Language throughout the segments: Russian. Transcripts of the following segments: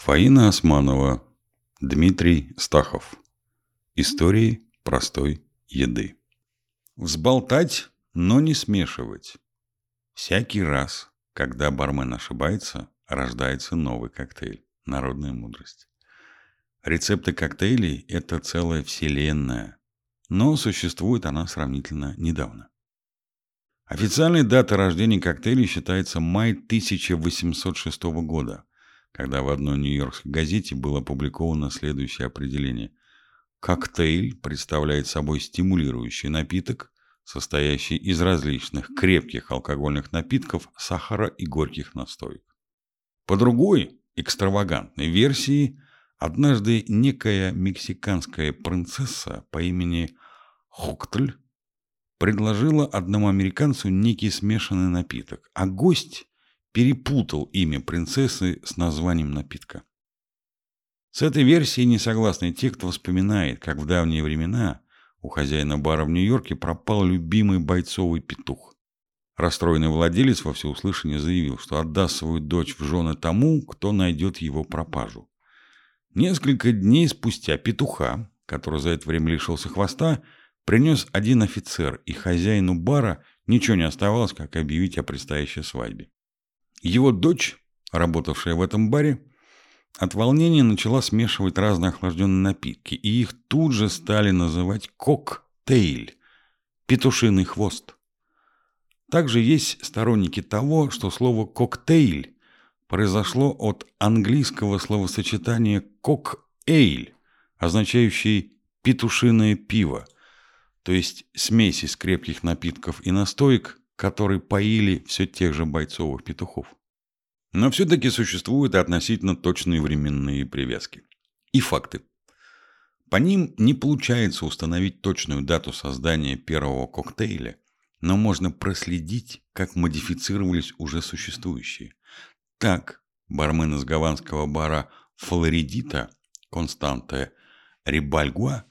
Фаина Османова, Дмитрий Стахов. Истории простой еды. Взболтать, но не смешивать. Всякий раз, когда бармен ошибается, рождается новый коктейль. Народная мудрость. Рецепты коктейлей – это целая вселенная, но существует она сравнительно недавно. Официальной датой рождения коктейлей считается май 1806 года, когда в одной нью-йоркской газете было опубликовано следующее определение. Коктейль представляет собой стимулирующий напиток, состоящий из различных крепких алкогольных напитков, сахара и горьких настоек. По другой, экстравагантной версии, однажды некая мексиканская принцесса по имени Хоктель предложила одному американцу некий смешанный напиток, а гость перепутал имя принцессы с названием напитка. С этой версией не согласны те, кто вспоминает, как в давние времена у хозяина бара в Нью-Йорке пропал любимый бойцовый петух. Расстроенный владелец во всеуслышание заявил, что отдаст свою дочь в жены тому, кто найдет его пропажу. Несколько дней спустя петуха, который за это время лишился хвоста, принес один офицер, и хозяину бара ничего не оставалось, как объявить о предстоящей свадьбе. Его дочь, работавшая в этом баре, от волнения начала смешивать разные охлажденные напитки, и их тут же стали называть коктейль – петушиный хвост. Также есть сторонники того, что слово «коктейль» произошло от английского словосочетания «кок-эйль», означающее «петушиное пиво», то есть смесь из крепких напитков и настоек, которые поили все тех же бойцовых петухов. Но все-таки существуют и относительно точные временные привязки. И факты. По ним не получается установить точную дату создания первого коктейля, но можно проследить, как модифицировались уже существующие. Так, бармен из гаванского бара Флоридита Константе Рибальгуа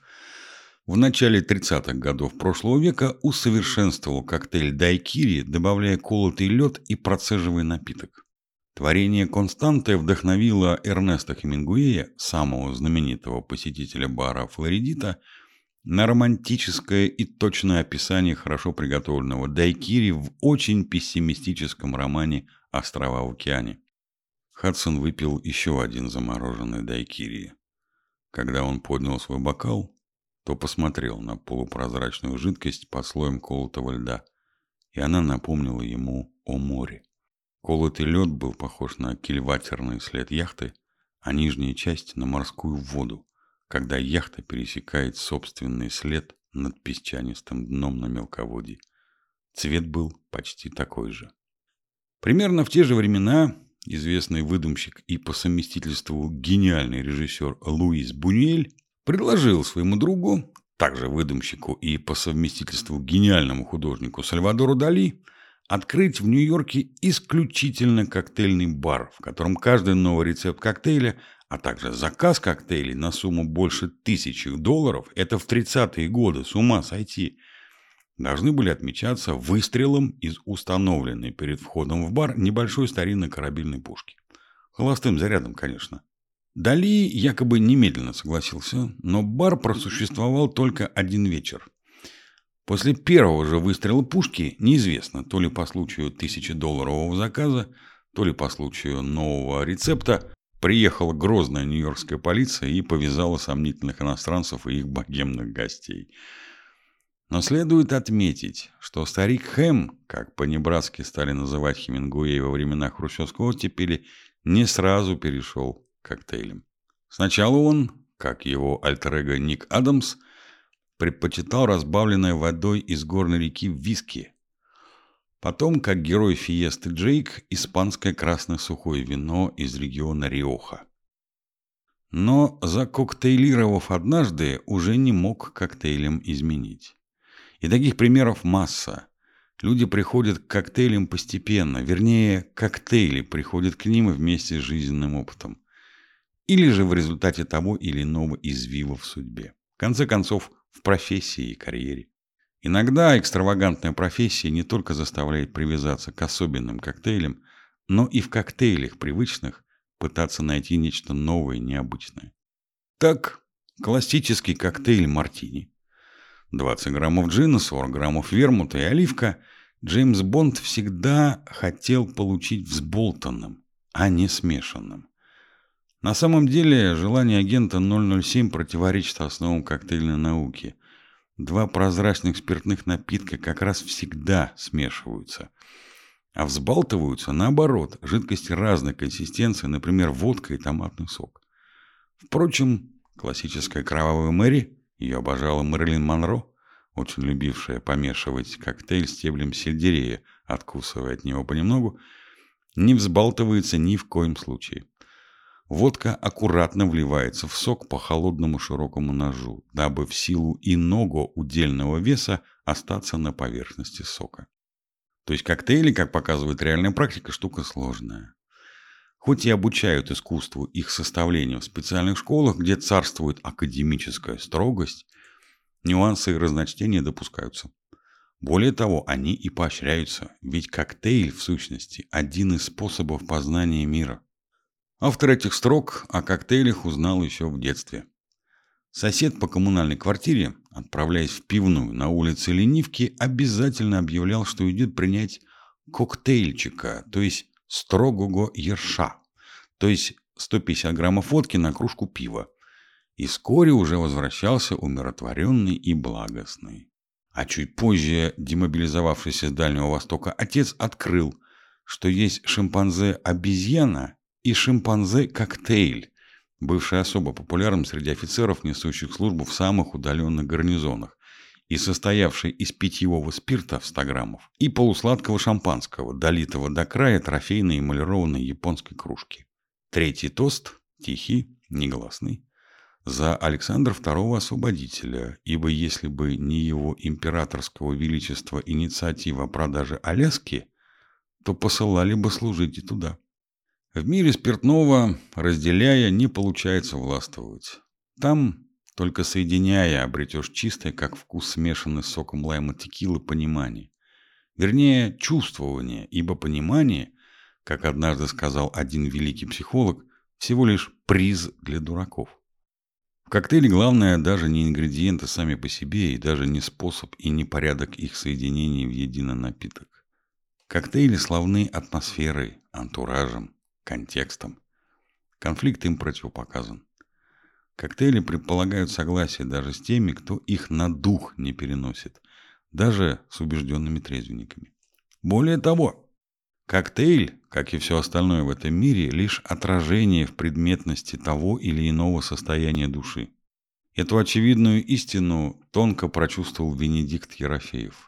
в начале 30-х годов прошлого века усовершенствовал коктейль дайкири, добавляя колотый лед и процеживая напиток. Творение Константе вдохновило Эрнеста Хемингуэя, самого знаменитого посетителя бара Флоридита, на романтическое и точное описание хорошо приготовленного дайкири в очень пессимистическом романе «Острова в океане». Хадсон выпил еще один замороженный дайкири. Когда он поднял свой бокал, то посмотрел на полупрозрачную жидкость под слоем колотого льда, и она напомнила ему о море. Колотый лед был похож на кильватерный след яхты, а нижняя часть на морскую воду, когда яхта пересекает собственный след над песчанистым дном на мелководье. Цвет был почти такой же. Примерно в те же времена известный выдумщик и по совместительству гениальный режиссер Луис Бунюэль предложил своему другу, также выдумщику и по совместительству гениальному художнику Сальвадору Дали, открыть в Нью-Йорке исключительно коктейльный бар, в котором каждый новый рецепт коктейля, а также заказ коктейлей на сумму больше $1000, это в 30-е годы, с ума сойти, должны были отмечаться выстрелом из установленной перед входом в бар небольшой старинной корабельной пушки. Холостым зарядом, конечно. Дали якобы немедленно согласился, но бар просуществовал только один вечер. После первого же выстрела пушки, неизвестно, то ли по случаю $1000 заказа, то ли по случаю нового рецепта, приехала грозная нью-йоркская полиция и повязала сомнительных иностранцев и их богемных гостей. Но следует отметить, что старик Хэм, как по-небратски стали называть Хемингуэя во времена хрущевской оттепели, не сразу перешел к коктейлям. Сначала он, как его альтер-эго Ник Адамс, предпочитал разбавленное водой из горной реки виски. Потом, как герой фиесты Джейк, испанское красное сухое вино из региона Риоха. Но закоктейлировав однажды, уже не мог коктейлем изменить. И таких примеров масса. Люди приходят к коктейлям постепенно, вернее, коктейли приходят к ним вместе с жизненным опытом. Или же в результате того или иного извива в судьбе. В конце концов, в профессии и карьере. Иногда экстравагантная профессия не только заставляет привязаться к особенным коктейлям, но и в коктейлях привычных пытаться найти нечто новое, необычное. Так, классический коктейль мартини. 20 граммов джина, 40 граммов вермута и оливка. Джеймс Бонд всегда хотел получить взболтанным, а не смешанным. На самом деле, желание агента 007 противоречит основам коктейльной науки. Два прозрачных спиртных напитка как раз всегда смешиваются. А взбалтываются наоборот, жидкости разной консистенции, например, водка и томатный сок. Впрочем, классическая кровавая Мэри, ее обожала Мэрилин Монро, очень любившая помешивать коктейль стеблем сельдерея, откусывая от него понемногу, не взбалтывается ни в коем случае. Водка аккуратно вливается в сок по холодному широкому ножу, дабы в силу иного удельного веса остаться на поверхности сока. То есть коктейли, как показывает реальная практика, штука сложная. Хоть и обучают искусству их составлению в специальных школах, где царствует академическая строгость, нюансы и разночтения допускаются. Более того, они и поощряются, ведь коктейль, в сущности, один из способов познания мира. Автор этих строк о коктейлях узнал еще в детстве. Сосед по коммунальной квартире, отправляясь в пивную на улице Ленивки, обязательно объявлял, что идет принять коктейльчика, то есть строгого ерша, то есть 150 граммов водки на кружку пива. И вскоре уже возвращался умиротворенный и благостный. А чуть позже демобилизовавшийся с Дальнего Востока отец открыл, что есть шимпанзе-обезьяна и шимпанзе-коктейль, бывший особо популярным среди офицеров, несущих службу в самых удаленных гарнизонах, и состоявший из питьевого спирта в 100 граммов и полусладкого шампанского, долитого до края трофейной эмалированной японской кружки. Третий тост, тихий, негласный, за Александра II Освободителя, ибо если бы не его императорского величества инициатива о продаже Аляски, то посылали бы служить и туда. В мире спиртного, разделяя, не получается властвовать. Там, только соединяя, обретешь чистое, как вкус смешанный с соком лайма текилы, понимание. Вернее, чувствование, ибо понимание, как однажды сказал один великий психолог, всего лишь приз для дураков. В коктейле главное даже не ингредиенты сами по себе, и даже не способ и не порядок их соединения в единый напиток. Коктейли славны атмосферой, антуражем, контекстом. Конфликт им противопоказан. Коктейли предполагают согласие даже с теми, кто их на дух не переносит, даже с убежденными трезвенниками. Более того, коктейль, как и все остальное в этом мире, лишь отражение в предметности того или иного состояния души. Эту очевидную истину тонко прочувствовал Венедикт Ерофеев.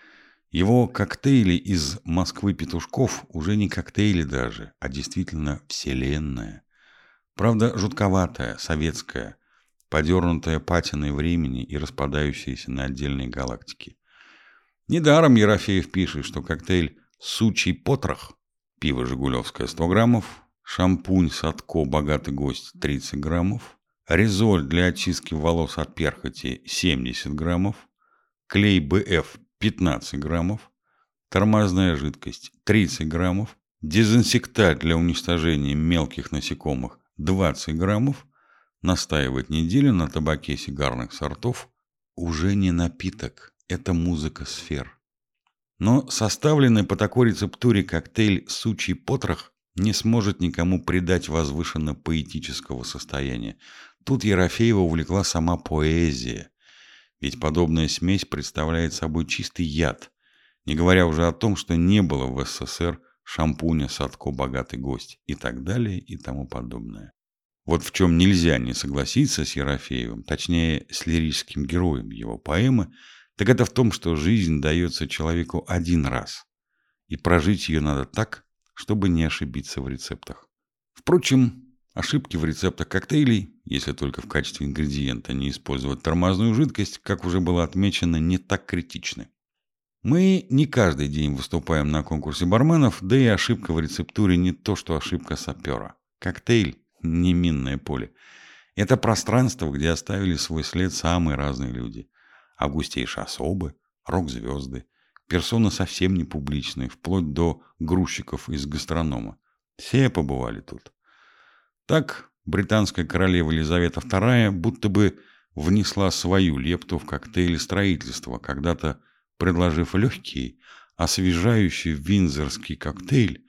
Его коктейли из Москвы-петушков уже не коктейли даже, а действительно вселенная. Правда, жутковатая, советская, подернутая патиной времени и распадающаяся на отдельные галактики. Недаром Ерофеев пишет, что коктейль «Сучий потрох», пиво «Жигулевское» 100 граммов, шампунь «Садко» «Богатый гость» 30 граммов, резоль для очистки волос от перхоти 70 граммов, клей БФ 15 граммов, тормозная жидкость 30 граммов, дезинсектант для уничтожения мелких насекомых 20 граммов, настаивать неделю на табаке сигарных сортов уже не напиток, это музыка сфер. Но составленный по такой рецептуре коктейль «Сучий потрох» не сможет никому придать возвышенно-поэтического состояния. Тут Ерофеева увлекла сама поэзия. Ведь подобная смесь представляет собой чистый яд, не говоря уже о том, что не было в СССР шампуня «Садко» «Богатый гость» и так далее и тому подобное. Вот в чем нельзя не согласиться с Ерофеевым, точнее с лирическим героем его поэмы, так это в том, что жизнь дается человеку один раз, и прожить ее надо так, чтобы не ошибиться в рецептах. Впрочем, ошибки в рецептах коктейлей, если только в качестве ингредиента не использовать тормозную жидкость, как уже было отмечено, не так критичны. Мы не каждый день выступаем на конкурсе барменов, да и ошибка в рецептуре не то, что ошибка сапера. Коктейль – не минное поле. Это пространство, где оставили свой след самые разные люди. Августейшие особы, рок-звезды, персоны совсем не публичные, вплоть до грузчиков из гастронома. Все побывали тут. Так британская королева Елизавета II будто бы внесла свою лепту в коктейль строительства, когда-то предложив легкий, освежающий виндзорский коктейль: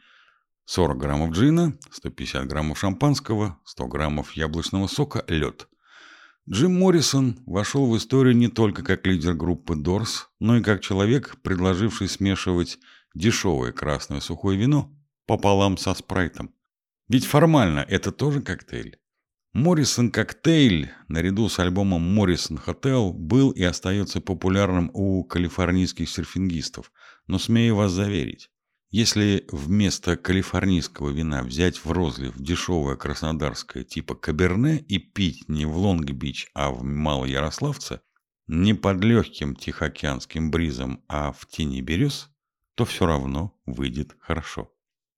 40 граммов джина, 150 граммов шампанского, 100 граммов яблочного сока, лед. Джим Моррисон вошел в историю не только как лидер группы Doors, но и как человек, предложивший смешивать дешевое красное сухое вино пополам со спрайтом. Ведь формально это тоже коктейль. Моррисон коктейль, наряду с альбомом Моррисон Hotel, был и остается популярным у калифорнийских серфингистов. Но смею вас заверить, если вместо калифорнийского вина взять в розлив дешевое краснодарское типа Каберне и пить не в Лонг-Бич, а в Малоярославце, не под легким тихоокеанским бризом, а в тени берез, то все равно выйдет хорошо.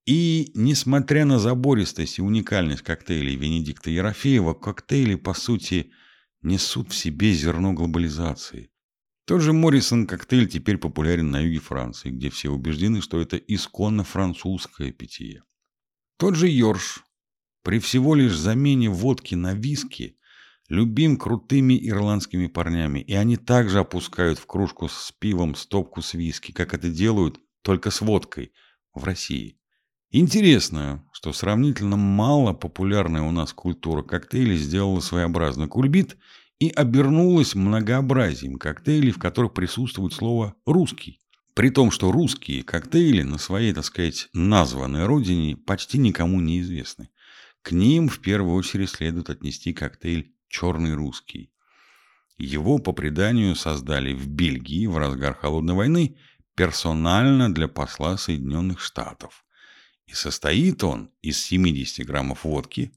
И, несмотря на забористость и уникальность коктейлей Венедикта Ерофеева, коктейли, по сути, несут в себе зерно глобализации. Тот же Моррисон коктейль теперь популярен на юге Франции, где все убеждены, что это исконно французское питье. Тот же Йорш при всего лишь замене водки на виски любим крутыми ирландскими парнями, и они также опускают в кружку с пивом стопку с виски, как это делают, только с водкой, в России. Интересно, что сравнительно мало популярная у нас культура коктейлей сделала своеобразный кульбит и обернулась многообразием коктейлей, в которых присутствует слово «русский». При том, что русские коктейли на своей, так сказать, названной родине почти никому не известны. К ним в первую очередь следует отнести коктейль «Черный русский». Его, по преданию, создали в Бельгии в разгар Холодной войны персонально для посла Соединенных Штатов. И состоит он из 70 граммов водки,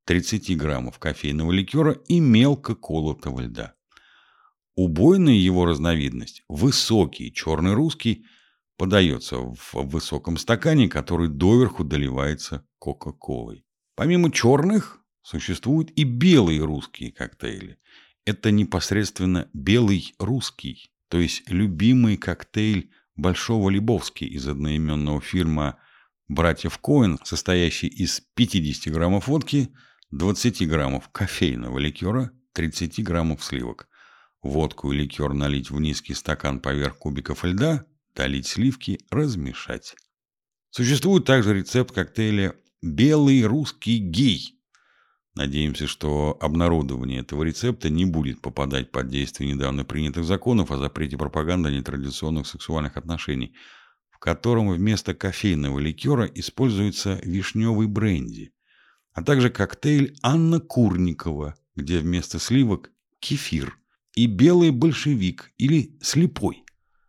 30 граммов кофейного ликера и мелко колотого льда. Убойная его разновидность, высокий черный русский, подается в высоком стакане, который доверху доливается кока-колой. Помимо черных, существуют и белые русские коктейли. Это непосредственно белый русский, то есть любимый коктейль Большого Лебовски из одноименного фильма братьев Коэн, состоящий из 50 граммов водки, 20 граммов кофейного ликера, 30 граммов сливок. Водку и ликер налить в низкий стакан поверх кубиков льда, долить сливки, размешать. Существует также рецепт коктейля «Белый русский гей». Надеемся, что обнародование этого рецепта не будет попадать под действие недавно принятых законов о запрете пропаганды нетрадиционных сексуальных отношений, в котором вместо кофейного ликера используется вишневый бренди, а также коктейль Анна Курникова, где вместо сливок кефир, и белый большевик или слепой.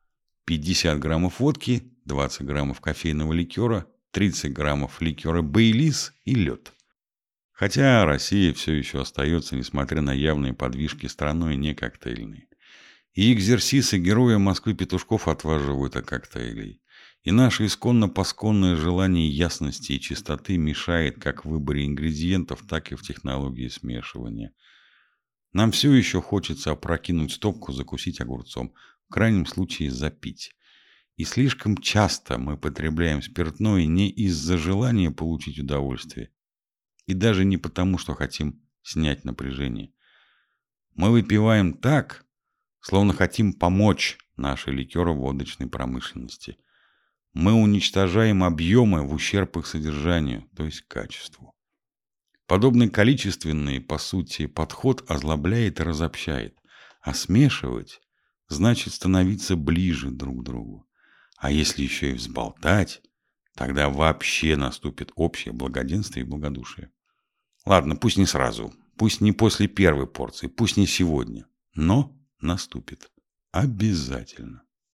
50 граммов водки, 20 граммов кофейного ликера, 30 граммов ликера Бейлис и лед. Хотя Россия все еще остается, несмотря на явные подвижки, страной не коктейльной. И экзерсисы героя Москвы Петушков отваживают от коктейлей. И наше исконно-посконное желание ясности и чистоты мешает как в выборе ингредиентов, так и в технологии смешивания. Нам все еще хочется опрокинуть стопку, закусить огурцом, в крайнем случае запить. И слишком часто мы потребляем спиртное не из-за желания получить удовольствие, и даже не потому, что хотим снять напряжение. Мы выпиваем так, словно хотим помочь нашей ликеро-водочной промышленности. Мы уничтожаем объемы в ущерб их содержанию, то есть качеству. Подобный количественный, по сути, подход озлобляет и разобщает, а смешивать значит становиться ближе друг к другу. А если еще и взболтать, тогда вообще наступит общее благоденствие и благодушие. Ладно, пусть не сразу, пусть не после первой порции, пусть не сегодня, но наступит обязательно.